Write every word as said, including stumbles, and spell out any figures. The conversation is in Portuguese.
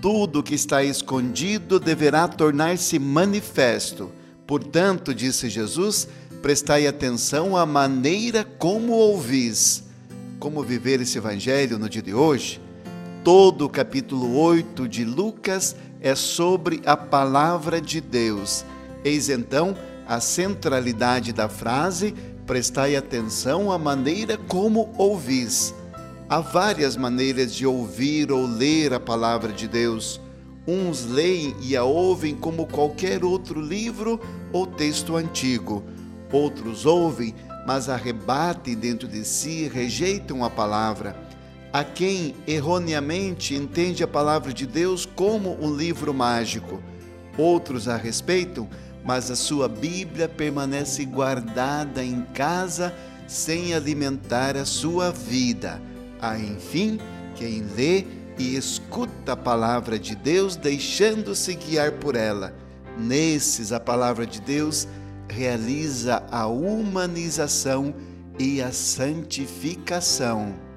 Tudo que está escondido deverá tornar-se manifesto. Portanto, disse Jesus, prestai atenção à maneira como ouvis. Como viver esse evangelho no dia de hoje? Todo o capítulo oito de Lucas é sobre a palavra de Deus. Eis então a centralidade da frase, prestai atenção à maneira como ouvis. Há várias maneiras de ouvir ou ler a palavra de Deus. Uns leem e a ouvem como qualquer outro livro ou texto antigo. Outros ouvem, mas a rebatem dentro de si e rejeitam a palavra. Há quem erroneamente entende a palavra de Deus como um livro mágico. Outros a respeitam, mas a sua Bíblia permanece guardada em casa sem alimentar a sua vida. Há, enfim, quem lê e escuta a palavra de Deus, deixando-se guiar por ela. Nesses, a palavra de Deus realiza a humanização e a santificação.